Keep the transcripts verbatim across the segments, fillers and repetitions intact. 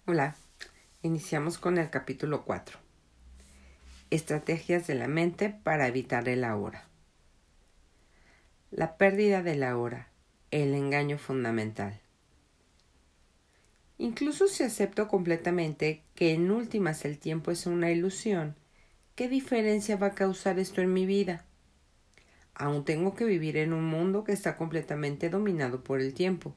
Hola, iniciamos con el capítulo cuatro. Estrategias de la mente para evitar el ahora. La pérdida del ahora, el engaño fundamental. Incluso si acepto completamente que en últimas el tiempo es una ilusión, ¿qué diferencia va a causar esto en mi vida? Aún tengo que vivir en un mundo que está completamente dominado por el tiempo.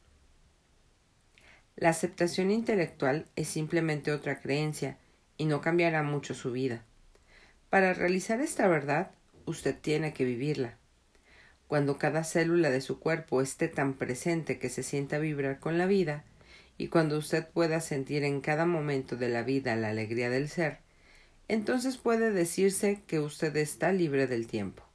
La aceptación intelectual es simplemente otra creencia y no cambiará mucho su vida. Para realizar esta verdad, usted tiene que vivirla. Cuando cada célula de su cuerpo esté tan presente que se sienta vibrar con la vida, y cuando usted pueda sentir en cada momento de la vida la alegría del ser, entonces puede decirse que usted está libre del tiempo.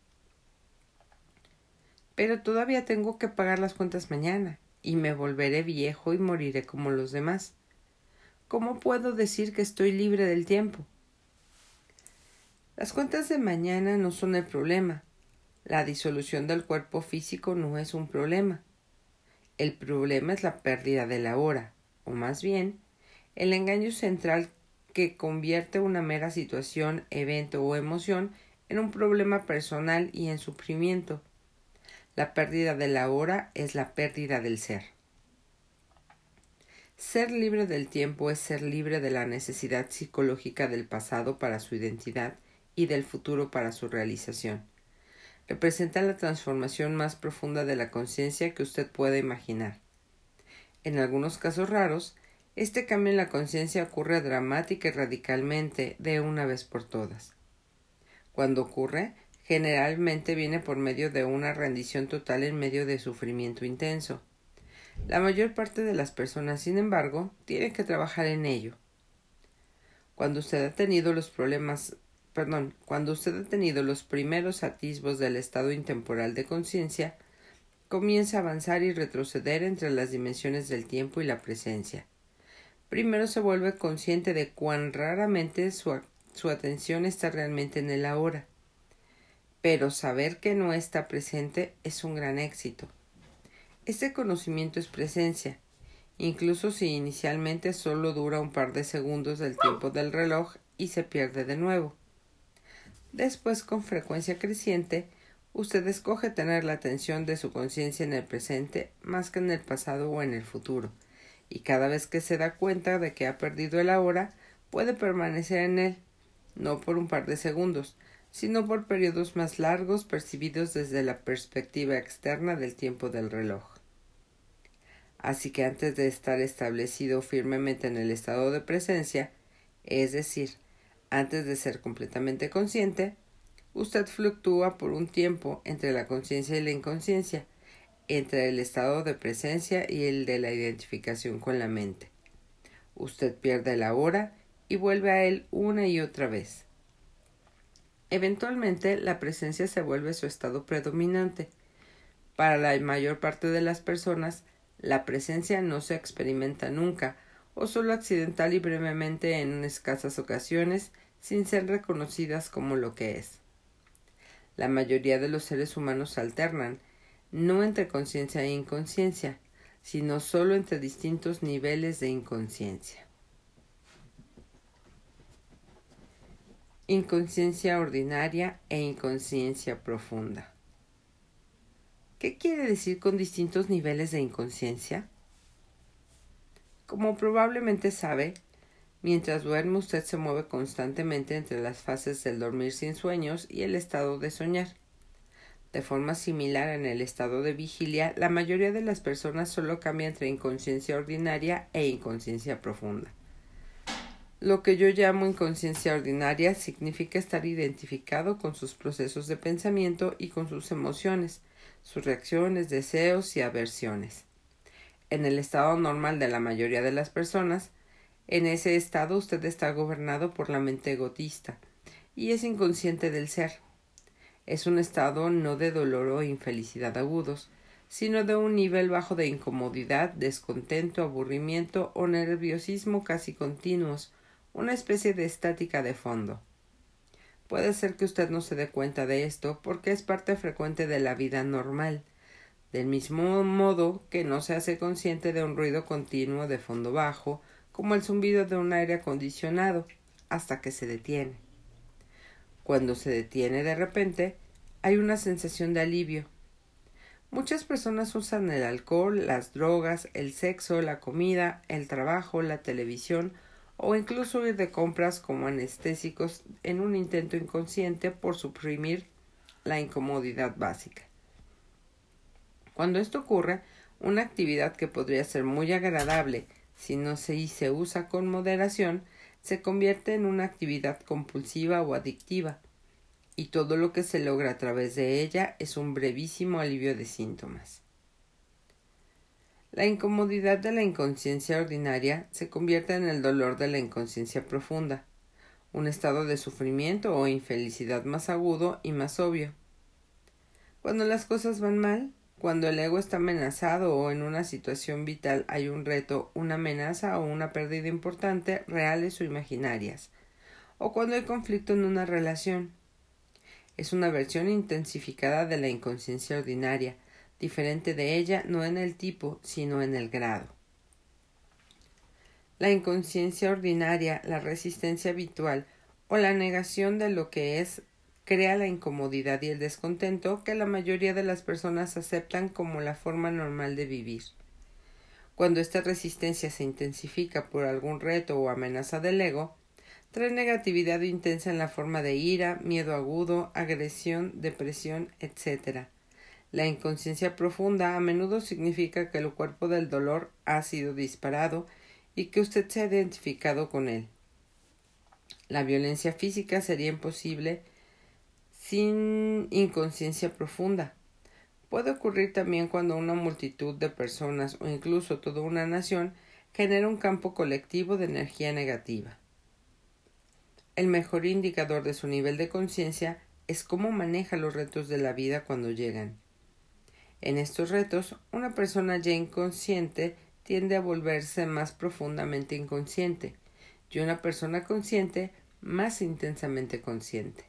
Pero todavía tengo que pagar las cuentas mañana, y me volveré viejo y moriré como los demás. ¿Cómo puedo decir que estoy libre del tiempo? Las cuentas de mañana no son el problema. La disolución del cuerpo físico no es un problema. El problema es la pérdida de la hora, o más bien, el engaño central que convierte una mera situación, evento o emoción en un problema personal y en sufrimiento. La pérdida de la hora es la pérdida del ser. Ser libre del tiempo es ser libre de la necesidad psicológica del pasado para su identidad y del futuro para su realización. Representa la transformación más profunda de la conciencia que usted puede imaginar. En algunos casos raros, este cambio en la conciencia ocurre dramática y radicalmente de una vez por todas. Cuando ocurre, generalmente viene por medio de una rendición total en medio de sufrimiento intenso. La mayor parte de las personas, sin embargo, tienen que trabajar en ello. Cuando usted ha tenido los problemas Perdón, cuando usted ha tenido los primeros atisbos del estado intemporal de conciencia, comienza a avanzar y retroceder entre las dimensiones del tiempo y la presencia. Primero se vuelve consciente de cuán raramente su, su atención está realmente en el ahora. Pero saber que no está presente es un gran éxito. Este conocimiento es presencia, incluso si inicialmente solo dura un par de segundos del tiempo del reloj y se pierde de nuevo. Después, con frecuencia creciente, usted escoge tener la atención de su conciencia en el presente más que en el pasado o en el futuro, y cada vez que se da cuenta de que ha perdido el ahora, puede permanecer en él, no por un par de segundos, sino por periodos más largos percibidos desde la perspectiva externa del tiempo del reloj. Así que antes de estar establecido firmemente en el estado de presencia, es decir, antes de ser completamente consciente, usted fluctúa por un tiempo entre la conciencia y la inconsciencia, entre el estado de presencia y el de la identificación con la mente. Usted pierde el ahora y vuelve a él una y otra vez. Eventualmente, la presencia se vuelve su estado predominante. Para la mayor parte de las personas, la presencia no se experimenta nunca, o solo accidental y brevemente en escasas ocasiones, sin ser reconocidas como lo que es. La mayoría de los seres humanos alternan, no entre conciencia e inconsciencia, sino solo entre distintos niveles de inconsciencia. Inconsciencia ordinaria e inconsciencia profunda. ¿Qué quiere decir con distintos niveles de inconsciencia? Como probablemente sabe, mientras duerme usted se mueve constantemente entre las fases del dormir sin sueños y el estado de soñar. De forma similar en el estado de vigilia, la mayoría de las personas solo cambia entre inconsciencia ordinaria e inconsciencia profunda. Lo que yo llamo inconsciencia ordinaria significa estar identificado con sus procesos de pensamiento y con sus emociones, sus reacciones, deseos y aversiones. En el estado normal de la mayoría de las personas, en ese estado usted está gobernado por la mente egotista y es inconsciente del ser. Es un estado no de dolor o infelicidad agudos, sino de un nivel bajo de incomodidad, descontento, aburrimiento o nerviosismo casi continuos, una especie de estática de fondo. Puede ser que usted no se dé cuenta de esto porque es parte frecuente de la vida normal, del mismo modo que no se hace consciente de un ruido continuo de fondo bajo, como el zumbido de un aire acondicionado, hasta que se detiene. Cuando se detiene de repente, hay una sensación de alivio. Muchas personas usan el alcohol, las drogas, el sexo, la comida, el trabajo, la televisión o incluso ir de compras como anestésicos en un intento inconsciente por suprimir la incomodidad básica. Cuando esto ocurre, una actividad que podría ser muy agradable si no se, se usa con moderación, se convierte en una actividad compulsiva o adictiva, y todo lo que se logra a través de ella es un brevísimo alivio de síntomas. La incomodidad de la inconsciencia ordinaria se convierte en el dolor de la inconsciencia profunda, un estado de sufrimiento o infelicidad más agudo y más obvio. Cuando las cosas van mal, cuando el ego está amenazado o en una situación vital hay un reto, una amenaza o una pérdida importante, reales o imaginarias, o cuando hay conflicto en una relación. Es una versión intensificada de la inconsciencia ordinaria, diferente de ella no en el tipo, sino en el grado. La inconsciencia ordinaria, la resistencia habitual o la negación de lo que es crea la incomodidad y el descontento que la mayoría de las personas aceptan como la forma normal de vivir. Cuando esta resistencia se intensifica por algún reto o amenaza del ego, trae negatividad intensa en la forma de ira, miedo agudo, agresión, depresión, etcétera. La inconsciencia profunda a menudo significa que el cuerpo del dolor ha sido disparado y que usted se ha identificado con él. La violencia física sería imposible sin inconsciencia profunda. Puede ocurrir también cuando una multitud de personas o incluso toda una nación genera un campo colectivo de energía negativa. El mejor indicador de su nivel de conciencia es cómo maneja los retos de la vida cuando llegan. En estos retos, una persona ya inconsciente tiende a volverse más profundamente inconsciente y una persona consciente más intensamente consciente.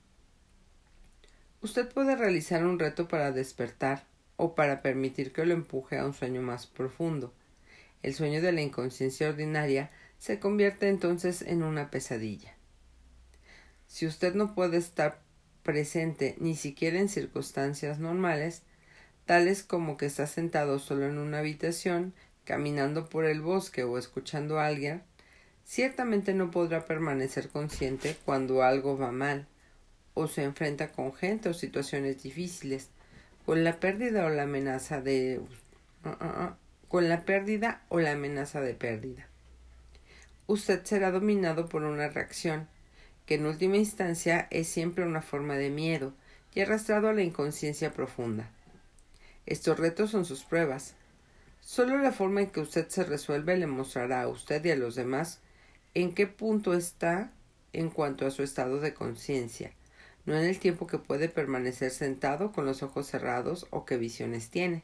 Usted puede realizar un reto para despertar o para permitir que lo empuje a un sueño más profundo. El sueño de la inconsciencia ordinaria se convierte entonces en una pesadilla. Si usted no puede estar presente ni siquiera en circunstancias normales, tales como que está sentado solo en una habitación, caminando por el bosque o escuchando a alguien, ciertamente no podrá permanecer consciente cuando algo va mal, o se enfrenta con gente o situaciones difíciles, con la pérdida o la amenaza de uh, uh, uh, con la pérdida o la amenaza de pérdida. Usted será dominado por una reacción, que en última instancia es siempre una forma de miedo y arrastrado a la inconsciencia profunda. Estos retos son sus pruebas. Solo la forma en que usted se resuelve le mostrará a usted y a los demás en qué punto está en cuanto a su estado de conciencia, no en el tiempo que puede permanecer sentado con los ojos cerrados o qué visiones tiene.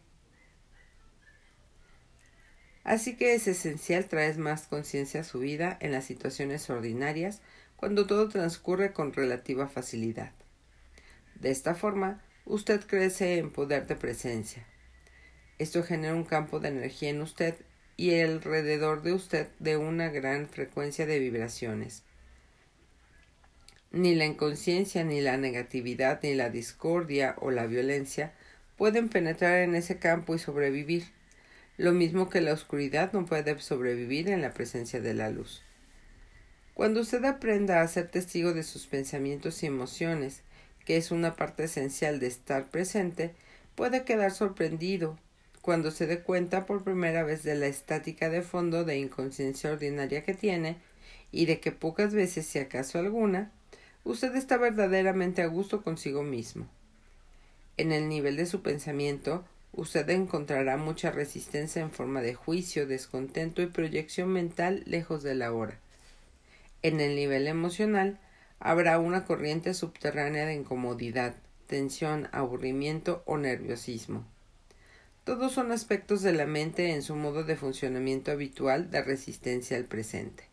Así que es esencial traer más conciencia a su vida en las situaciones ordinarias cuando todo transcurre con relativa facilidad. De esta forma, usted crece en poder de presencia. Esto genera un campo de energía en usted y alrededor de usted de una gran frecuencia de vibraciones. Ni la inconsciencia, ni la negatividad, ni la discordia o la violencia pueden penetrar en ese campo y sobrevivir, lo mismo que la oscuridad no puede sobrevivir en la presencia de la luz. Cuando usted aprenda a ser testigo de sus pensamientos y emociones, que es una parte esencial de estar presente, puede quedar sorprendido cuando se dé cuenta por primera vez de la estática de fondo de inconsciencia ordinaria que tiene y de que pocas veces, si acaso alguna, usted está verdaderamente a gusto consigo mismo. En el nivel de su pensamiento, usted encontrará mucha resistencia en forma de juicio, descontento y proyección mental lejos de la hora. En el nivel emocional, habrá una corriente subterránea de incomodidad, tensión, aburrimiento o nerviosismo. Todos son aspectos de la mente en su modo de funcionamiento habitual de resistencia al presente.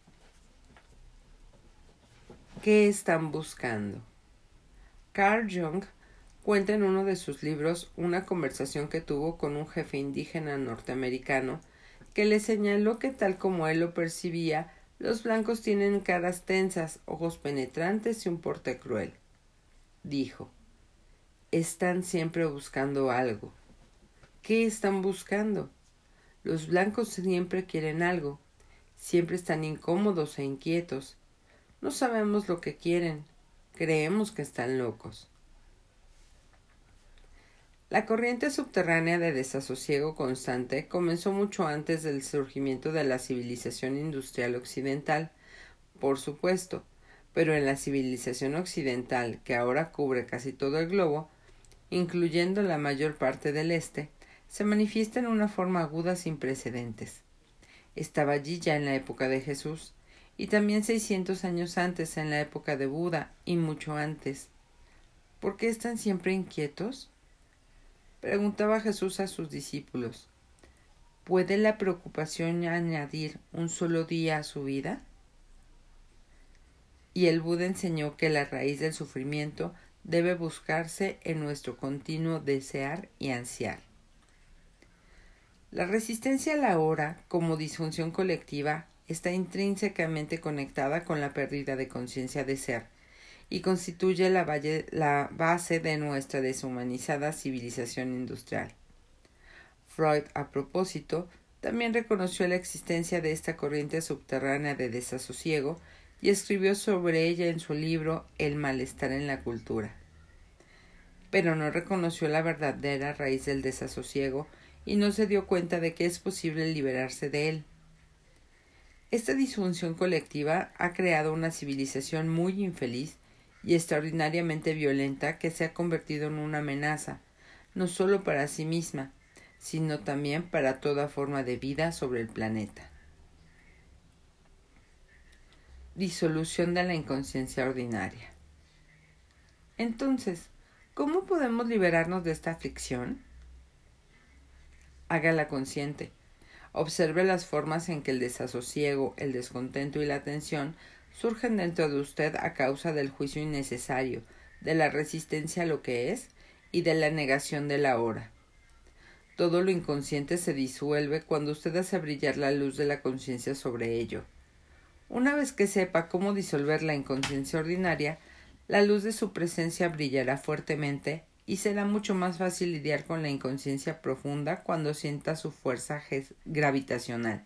¿Qué están buscando? Carl Jung cuenta en uno de sus libros una conversación que tuvo con un jefe indígena norteamericano que le señaló que tal como él lo percibía, los blancos tienen caras tensas, ojos penetrantes y un porte cruel. Dijo: están siempre buscando algo. ¿Qué están buscando? Los blancos siempre quieren algo, siempre están incómodos e inquietos. No sabemos lo que quieren, creemos que están locos. La corriente subterránea de desasosiego constante comenzó mucho antes del surgimiento de la civilización industrial occidental, por supuesto, pero en la civilización occidental, que ahora cubre casi todo el globo, incluyendo la mayor parte del este, se manifiesta en una forma aguda sin precedentes. Estaba allí ya en la época de Jesús, y también seiscientos años antes en la época de Buda, y mucho antes. ¿Por qué están siempre inquietos?, preguntaba Jesús a sus discípulos. ¿Puede la preocupación añadir un solo día a su vida? Y el Buda enseñó que la raíz del sufrimiento debe buscarse en nuestro continuo desear y ansiar. La resistencia a la hora, como disfunción colectiva, está intrínsecamente conectada con la pérdida de conciencia de ser y constituye la, valle, la base de nuestra deshumanizada civilización industrial. Freud, a propósito, también reconoció la existencia de esta corriente subterránea de desasosiego y escribió sobre ella en su libro El malestar en la cultura. Pero no reconoció la verdadera raíz del desasosiego y no se dio cuenta de que es posible liberarse de él. Esta disfunción colectiva ha creado una civilización muy infeliz y extraordinariamente violenta que se ha convertido en una amenaza, no solo para sí misma, sino también para toda forma de vida sobre el planeta. Disolución de la inconsciencia ordinaria. Entonces, ¿cómo podemos liberarnos de esta aflicción? Hágala consciente. Observe las formas en que el desasosiego, el descontento y la tensión surgen dentro de usted a causa del juicio innecesario, de la resistencia a lo que es y de la negación de la hora. Todo lo inconsciente se disuelve cuando usted hace brillar la luz de la conciencia sobre ello. Una vez que sepa cómo disolver la inconsciencia ordinaria, la luz de su presencia brillará fuertemente y será mucho más fácil lidiar con la inconsciencia profunda cuando sienta su fuerza gravitacional.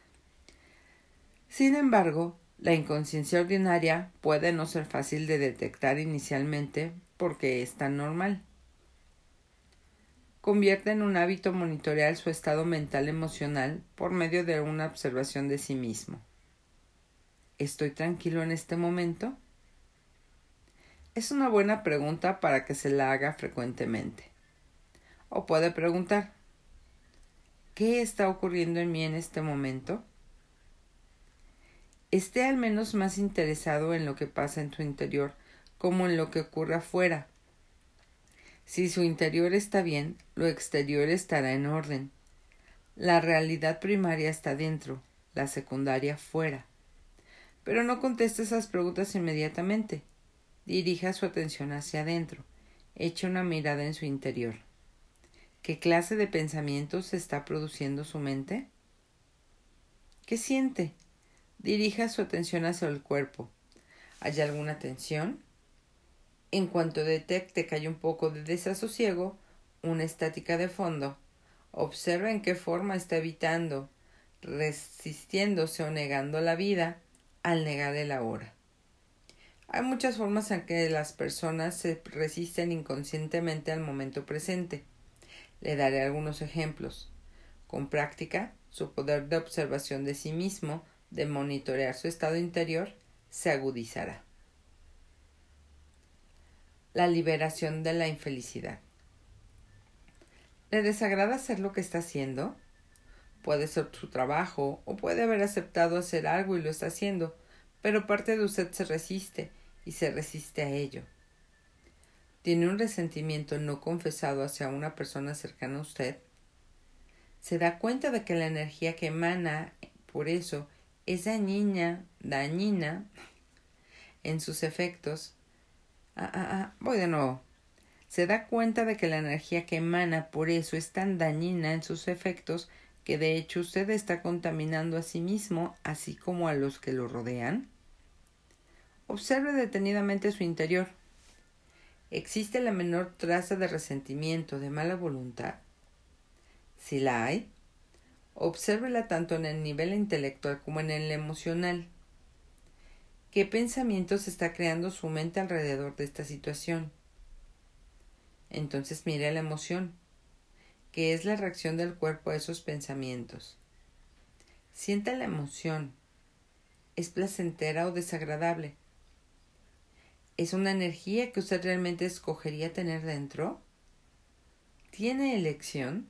Sin embargo, la inconsciencia ordinaria puede no ser fácil de detectar inicialmente porque es tan normal. Convierte en un hábito monitorear su estado mental emocional por medio de una observación de sí mismo. ¿Estoy tranquilo en este momento? Es una buena pregunta para que se la haga frecuentemente. O puede preguntar: ¿qué está ocurriendo en mí en este momento? Esté al menos más interesado en lo que pasa en su interior como en lo que ocurre afuera. Si su interior está bien, lo exterior estará en orden. La realidad primaria está dentro, la secundaria fuera. Pero no conteste esas preguntas inmediatamente. Dirija su atención hacia adentro. Eche una mirada en su interior. ¿Qué clase de pensamientos está produciendo su mente? ¿Qué siente? Dirija su atención hacia el cuerpo. ¿Hay alguna tensión? En cuanto detecte que hay un poco de desasosiego, una estática de fondo, observe en qué forma está evitando, resistiéndose o negando la vida al negar el ahora. Hay muchas formas en que las personas se resisten inconscientemente al momento presente. Le daré algunos ejemplos. Con práctica, su poder de observación de sí mismo, de monitorear su estado interior, se agudizará. La liberación de la infelicidad. ¿Le desagrada hacer lo que está haciendo? Puede ser su trabajo o puede haber aceptado hacer algo y lo está haciendo, pero parte de usted se resiste y se resiste a ello. ¿Tiene un resentimiento no confesado hacia una persona cercana a usted? ¿Se da cuenta de que la energía que emana por eso es dañina, dañina en sus efectos? Ah, ah, ah, voy de nuevo. ¿Se da cuenta de que la energía que emana por eso es tan dañina en sus efectos que de hecho usted está contaminando a sí mismo, así como a los que lo rodean? Observe detenidamente su interior. ¿Existe la menor traza de resentimiento, de mala voluntad? Si la hay, obsérvela tanto en el nivel intelectual como en el emocional. ¿Qué pensamientos está creando su mente alrededor de esta situación? Entonces mire la emoción, que es la reacción del cuerpo a esos pensamientos. Sienta la emoción. ¿Es placentera o desagradable? ¿Es una energía que usted realmente escogería tener dentro? ¿Tiene elección?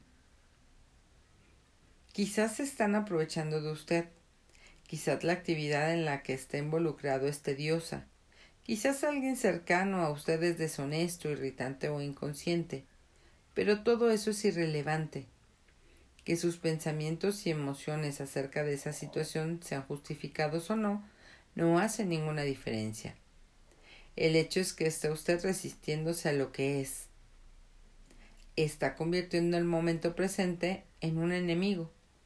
Quizás se están aprovechando de usted. Quizás la actividad en la que está involucrado es tediosa. Quizás alguien cercano a usted es deshonesto, irritante o inconsciente. Pero todo eso es irrelevante. Que sus pensamientos y emociones acerca de esa situación sean justificados o no, no hace ninguna diferencia. El hecho es que está usted resistiéndose a lo que es. Está convirtiendo el momento presente en un enemigo.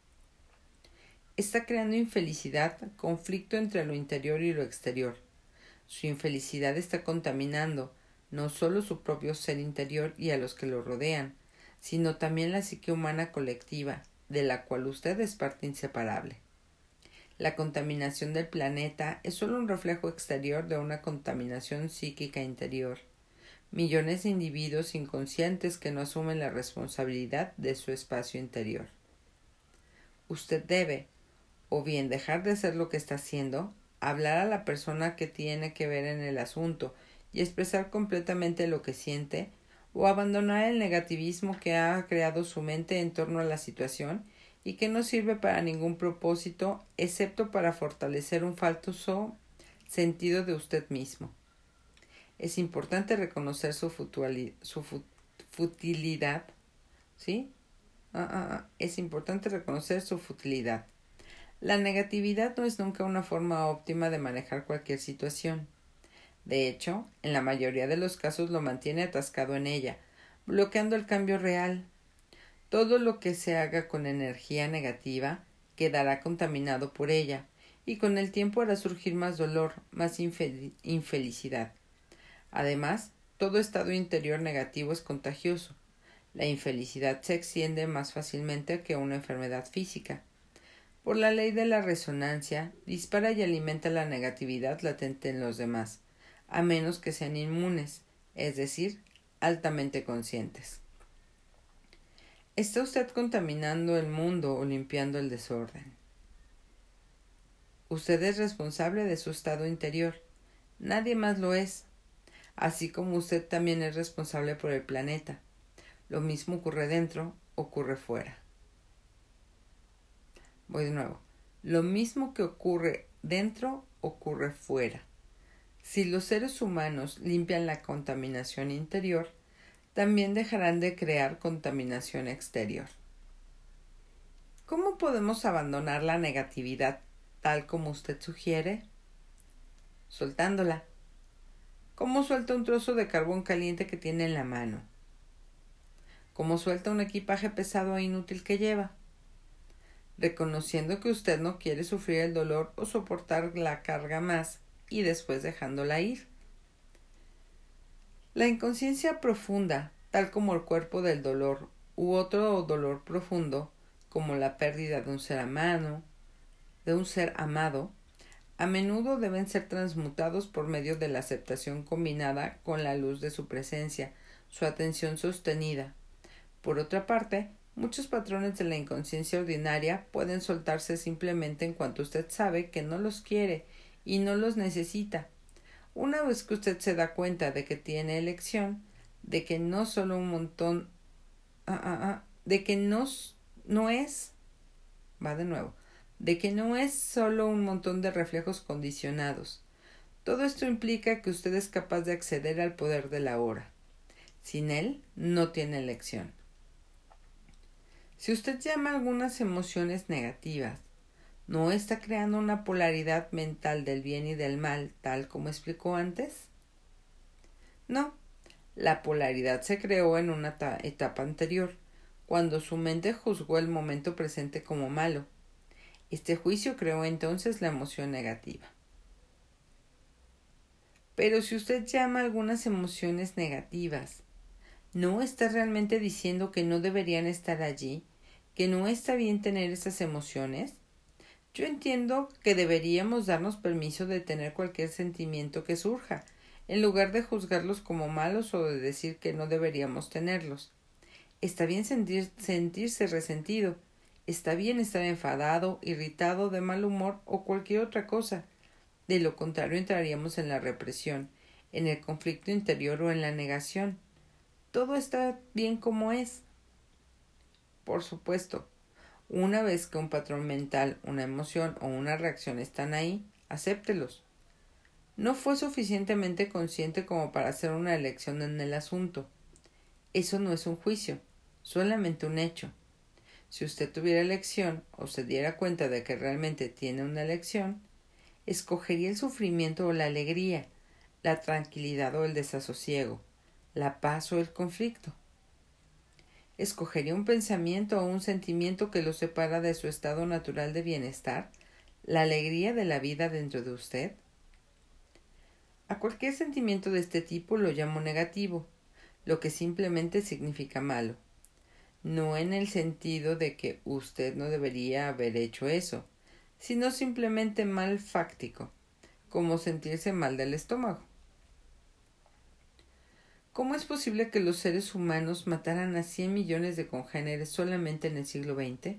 Está creando infelicidad, conflicto entre lo interior y lo exterior. Su infelicidad está contaminando no solo su propio ser interior y a los que lo rodean, sino también la psique humana colectiva, de la cual usted es parte inseparable. La contaminación del planeta es solo un reflejo exterior de una contaminación psíquica interior. Millones de individuos inconscientes que no asumen la responsabilidad de su espacio interior. Usted debe, o bien dejar de hacer lo que está haciendo, hablar a la persona que tiene que ver en el asunto y expresar completamente lo que siente, o abandonar el negativismo que ha creado su mente en torno a la situación y que no sirve para ningún propósito excepto para fortalecer un falso sentido de usted mismo. Es importante reconocer su, futuali- su fu- futilidad, ¿sí? Ah, ah, ah. Es importante reconocer su futilidad. La negatividad no es nunca una forma óptima de manejar cualquier situación. De hecho, en la mayoría de los casos lo mantiene atascado en ella, bloqueando el cambio real. Todo lo que se haga con energía negativa quedará contaminado por ella, y con el tiempo hará surgir más dolor, más infel- infelicidad. Además, todo estado interior negativo es contagioso. La infelicidad se extiende más fácilmente que una enfermedad física. Por la ley de la resonancia, dispara y alimenta la negatividad latente en los demás, a menos que sean inmunes, es decir, altamente conscientes. ¿Está usted contaminando el mundo o limpiando el desorden? Usted es responsable de su estado interior. Nadie más lo es. Así como usted también es responsable por el planeta. Lo mismo ocurre dentro, ocurre fuera. Voy de nuevo. Lo mismo que ocurre dentro, ocurre fuera. Si los seres humanos limpian la contaminación interior, también dejarán de crear contaminación exterior. ¿Cómo podemos abandonar la negatividad tal como usted sugiere? Soltándola. ¿Cómo suelta un trozo de carbón caliente que tiene en la mano? ¿Cómo suelta un equipaje pesado e inútil que lleva? Reconociendo que usted no quiere sufrir el dolor o soportar la carga más y después dejándola ir. La inconsciencia profunda, tal como el cuerpo del dolor u otro dolor profundo, como la pérdida de un ser amado, de un ser amado, a menudo deben ser transmutados por medio de la aceptación combinada con la luz de su presencia, su atención sostenida. Por otra parte, muchos patrones de la inconsciencia ordinaria pueden soltarse simplemente en cuanto usted sabe que no los quiere y no los necesita. Una vez que usted se da cuenta de que tiene elección, de que no solo un montón, ah, ah, ah, de que no, no es, va de nuevo, de que no es solo un montón de reflejos condicionados. Todo esto implica que usted es capaz de acceder al poder de la hora. Sin él, no tiene elección. Si usted llama a algunas emociones negativas, ¿no está creando una polaridad mental del bien y del mal, tal como explicó antes? No, la polaridad se creó en una etapa anterior, cuando su mente juzgó el momento presente como malo. Este juicio creó entonces la emoción negativa. Pero si usted llama algunas emociones negativas, ¿no está realmente diciendo que no deberían estar allí, que no está bien tener esas emociones? Yo entiendo que deberíamos darnos permiso de tener cualquier sentimiento que surja, en lugar de juzgarlos como malos o de decir que no deberíamos tenerlos. Está bien sentir, sentirse resentido, está bien estar enfadado, irritado, de mal humor o cualquier otra cosa. De lo contrario entraríamos en la represión, en el conflicto interior o en la negación. Todo está bien como es. Por supuesto, una vez que un patrón mental, una emoción o una reacción están ahí, acéptelos. No fue suficientemente consciente como para hacer una elección en el asunto. Eso no es un juicio, solamente un hecho. Si usted tuviera elección o se diera cuenta de que realmente tiene una elección, escogería el sufrimiento o la alegría, la tranquilidad o el desasosiego, la paz o el conflicto. ¿Escogería un pensamiento o un sentimiento que lo separa de su estado natural de bienestar, la alegría de la vida dentro de usted? A cualquier sentimiento de este tipo lo llamo negativo, lo que simplemente significa malo. No en el sentido de que usted no debería haber hecho eso, sino simplemente mal fáctico, como sentirse mal del estómago. ¿Cómo es posible que los seres humanos mataran a cien millones de congéneres solamente en el siglo veinte?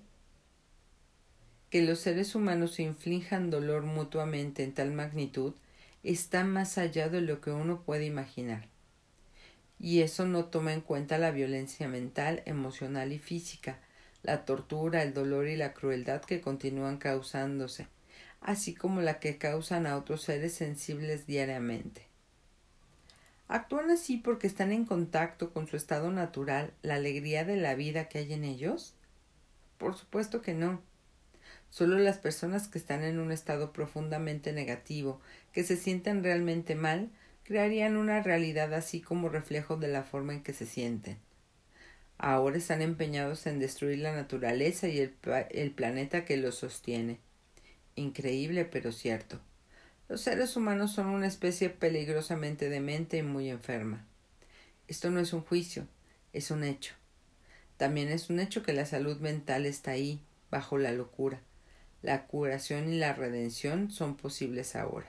Que los seres humanos se inflijan dolor mutuamente en tal magnitud está más allá de lo que uno puede imaginar. Y eso no toma en cuenta la violencia mental, emocional y física, la tortura, el dolor y la crueldad que continúan causándose, así como la que causan a otros seres sensibles diariamente. ¿Actúan así porque están en contacto con su estado natural, la alegría de la vida que hay en ellos? Por supuesto que no. Solo las personas que están en un estado profundamente negativo, que se sienten realmente mal, crearían una realidad así como reflejo de la forma en que se sienten. Ahora están empeñados en destruir la naturaleza y el, el planeta que los sostiene. Increíble, pero cierto. Los seres humanos son una especie peligrosamente demente y muy enferma. Esto no es un juicio, es un hecho. También es un hecho que la salud mental está ahí, bajo la locura. La curación y la redención son posibles ahora.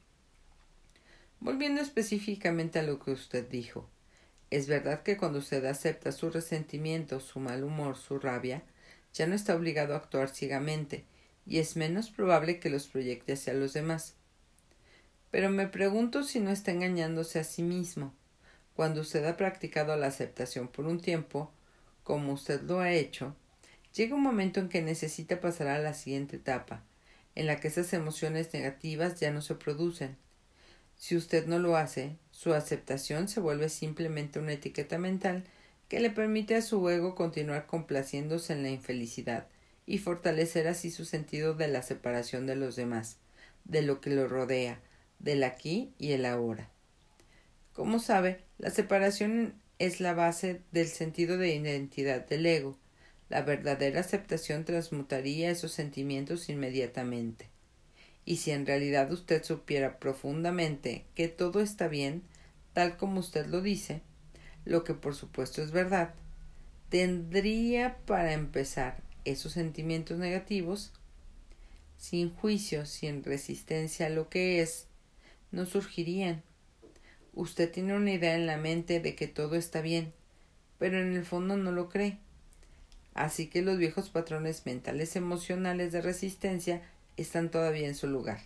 Volviendo específicamente a lo que usted dijo, es verdad que cuando usted acepta su resentimiento, su mal humor, su rabia, ya no está obligado a actuar ciegamente, y es menos probable que los proyecte hacia los demás. Pero me pregunto si no está engañándose a sí mismo. Cuando usted ha practicado la aceptación por un tiempo, como usted lo ha hecho, llega un momento en que necesita pasar a la siguiente etapa, en la que esas emociones negativas ya no se producen. Si usted no lo hace, su aceptación se vuelve simplemente una etiqueta mental que le permite a su ego continuar complaciéndose en la infelicidad y fortalecer así su sentido de la separación de los demás, de lo que lo rodea, del aquí y el ahora. Como sabe, la separación es la base del sentido de identidad del ego. La verdadera aceptación transmutaría esos sentimientos inmediatamente. Y si en realidad usted supiera profundamente que todo está bien, tal como usted lo dice, lo que por supuesto es verdad, tendría para empezar esos sentimientos negativos, sin juicio, sin resistencia a lo que es, no surgirían. Usted tiene una idea en la mente de que todo está bien, pero en el fondo no lo cree. Así que los viejos patrones mentales emocionales de resistencia están todavía en su lugar.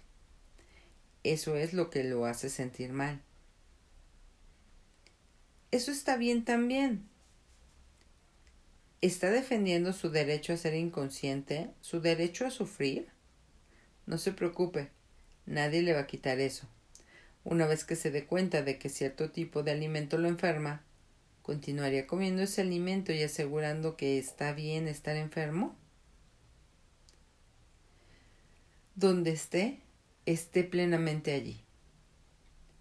Eso es lo que lo hace sentir mal. Eso está bien también. ¿Está defendiendo su derecho a ser inconsciente, su derecho a sufrir? No se preocupe, nadie le va a quitar eso. Una vez que se dé cuenta de que cierto tipo de alimento lo enferma, ¿continuaría comiendo ese alimento y asegurando que está bien estar enfermo? Donde esté, esté plenamente allí.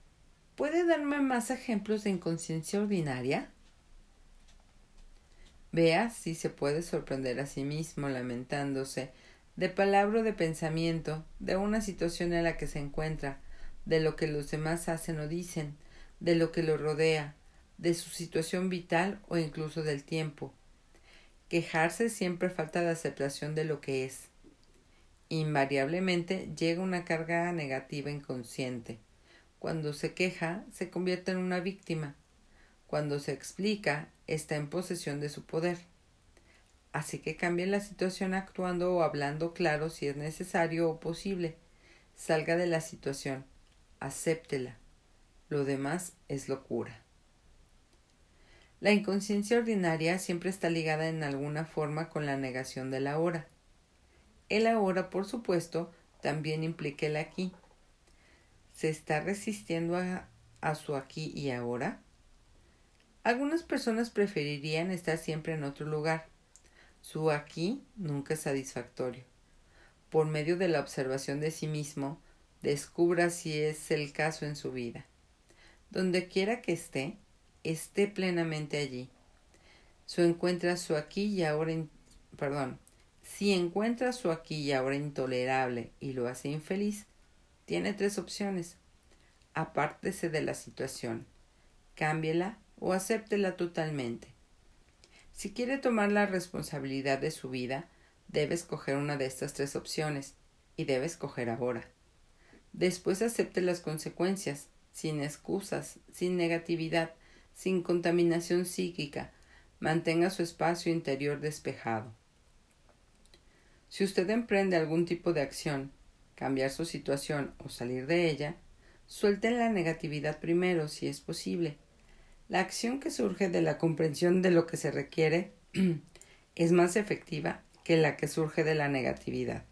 ¿Puede darme más ejemplos de inconsciencia ordinaria? Vea si se puede sorprender a sí mismo lamentándose de palabra o de pensamiento, de una situación en la que se encuentra, de lo que los demás hacen o dicen, de lo que lo rodea, de su situación vital o incluso del tiempo. Quejarse siempre falta de aceptación de lo que es. Invariablemente llega una carga negativa inconsciente. Cuando se queja, se convierte en una víctima. Cuando se explica, está en posesión de su poder. Así que cambie la situación actuando o hablando claro si es necesario o posible. Salga de la situación. Acéptela. Lo demás es locura. La inconsciencia ordinaria siempre está ligada en alguna forma con la negación del ahora. El ahora, por supuesto, también implica el aquí. ¿Se está resistiendo a, a su aquí y ahora? Algunas personas preferirían estar siempre en otro lugar. Su aquí nunca es satisfactorio. Por medio de la observación de sí mismo, descubra si es el caso en su vida. Donde quiera que esté, esté plenamente allí. Su encuentra su aquí y ahora, in, perdón, si encuentra su aquí y ahora intolerable y lo hace infeliz, tiene tres opciones. Apártese de la situación, cámbiela o acéptela totalmente. Si quiere tomar la responsabilidad de su vida, debe escoger una de estas tres opciones y debe escoger ahora. Después acepte las consecuencias, sin excusas, sin negatividad, sin contaminación psíquica. Mantenga su espacio interior despejado. Si usted emprende algún tipo de acción, cambiar su situación o salir de ella, suelte la negatividad primero, si es posible. La acción que surge de la comprensión de lo que se requiere es más efectiva que la que surge de la negatividad.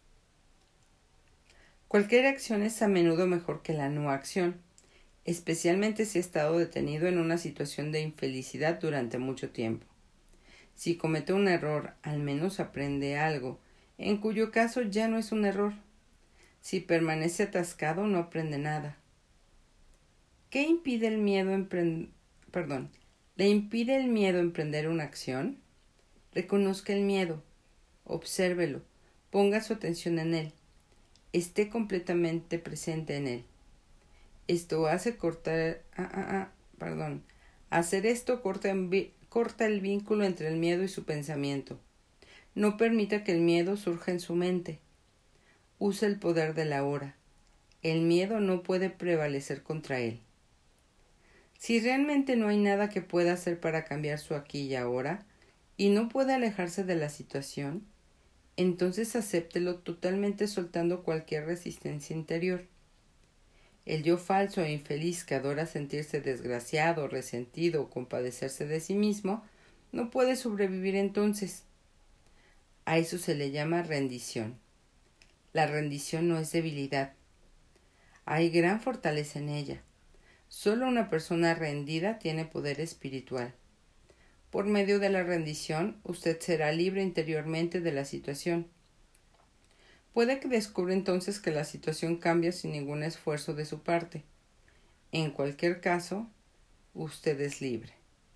Cualquier acción es a menudo mejor que la no acción, especialmente si ha estado detenido en una situación de infelicidad durante mucho tiempo. Si comete un error, al menos aprende algo, en cuyo caso ya no es un error. Si permanece atascado, no aprende nada. ¿Qué impide el miedo emprender? Perdón, ¿le impide el miedo emprender una acción? Reconozca el miedo, obsérvelo, ponga su atención en él, esté completamente presente en él. Esto hace cortar, ah, ah, ah, perdón, hacer esto corta, corta el vínculo entre el miedo y su pensamiento. No permita que el miedo surja en su mente. Usa el poder de la hora. El miedo no puede prevalecer contra él. Si realmente no hay nada que pueda hacer para cambiar su aquí y ahora, y no puede alejarse de la situación, entonces acéptelo totalmente soltando cualquier resistencia interior. El yo falso e infeliz que adora sentirse desgraciado, resentido o compadecerse de sí mismo, no puede sobrevivir entonces. A eso se le llama rendición. La rendición no es debilidad. Hay gran fortaleza en ella. Solo una persona rendida tiene poder espiritual. Por medio de la rendición, usted será libre interiormente de la situación. Puede que descubra entonces que la situación cambia sin ningún esfuerzo de su parte. En cualquier caso, usted es libre.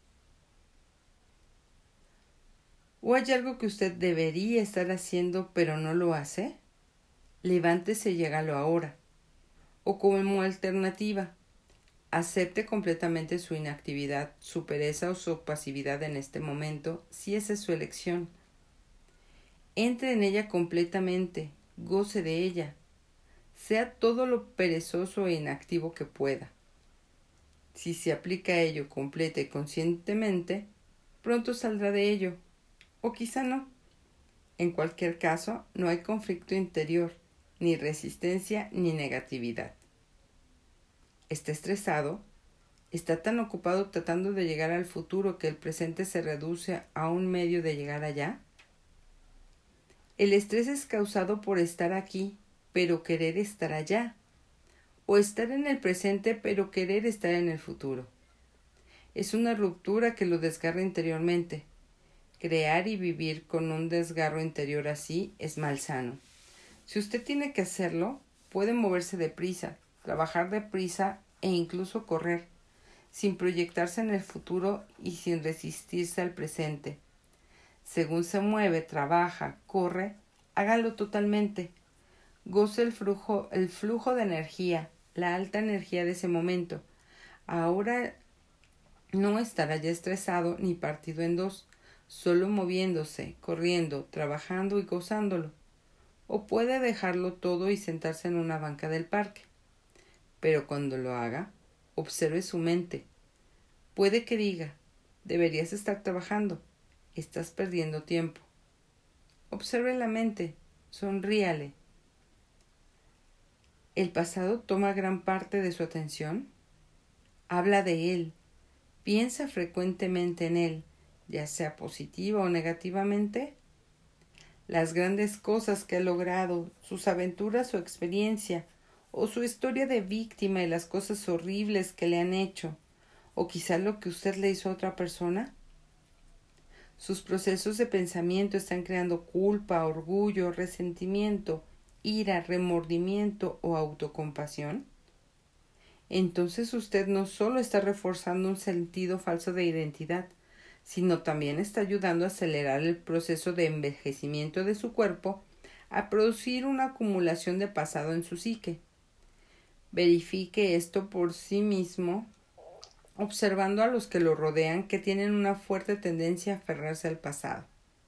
¿O hay algo que usted debería estar haciendo pero no lo hace? Levántese y hágalo ahora. O como alternativa, acepte completamente su inactividad, su pereza o su pasividad en este momento, si esa es su elección. Entre en ella completamente, goce de ella. Sea todo lo perezoso e inactivo que pueda. Si se aplica a ello completa y conscientemente, pronto saldrá de ello, o quizá no. En cualquier caso, no hay conflicto interior, ni resistencia ni negatividad. ¿Está estresado? ¿Está tan ocupado tratando de llegar al futuro que el presente se reduce a un medio de llegar allá? El estrés es causado por estar aquí, pero querer estar allá, o estar en el presente, pero querer estar en el futuro. Es una ruptura que lo desgarra interiormente. Crear y vivir con un desgarro interior así es malsano. Si usted tiene que hacerlo, puede moverse deprisa, trabajar deprisa e incluso correr, sin proyectarse en el futuro y sin resistirse al presente. Según se mueve, trabaja, corre, hágalo totalmente. Goce el flujo, el flujo de energía, la alta energía de ese momento. Ahora no estará ya estresado ni partido en dos, solo moviéndose, corriendo, trabajando y gozándolo. O puede dejarlo todo y sentarse en una banca del parque. Pero cuando lo haga, observe su mente. Puede que diga, deberías estar trabajando, estás perdiendo tiempo. Observe la mente, sonríale. ¿El pasado toma gran parte de su atención? Habla de él, piensa frecuentemente en él, ya sea positiva o negativamente. Las grandes cosas que ha logrado, sus aventuras o experiencia, o su historia de víctima y las cosas horribles que le han hecho, o quizá lo que usted le hizo a otra persona. Sus procesos de pensamiento están creando culpa, orgullo, resentimiento, ira, remordimiento o autocompasión. Entonces usted no solo está reforzando un sentido falso de identidad, sino también está ayudando a acelerar el proceso de envejecimiento de su cuerpo, a producir una acumulación de pasado en su psique. Verifique esto por sí mismo, observando a los que lo rodean que tienen una fuerte tendencia a aferrarse al pasado.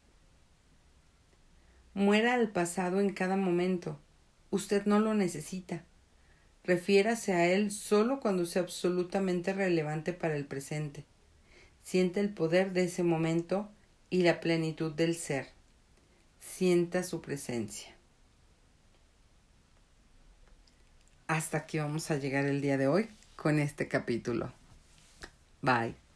Muera al pasado en cada momento. Usted no lo necesita. Refiérase a él solo cuando sea absolutamente relevante para el presente. Siente el poder de ese momento y la plenitud del ser. Sienta su presencia. Hasta aquí vamos a llegar el día de hoy con este capítulo. Bye.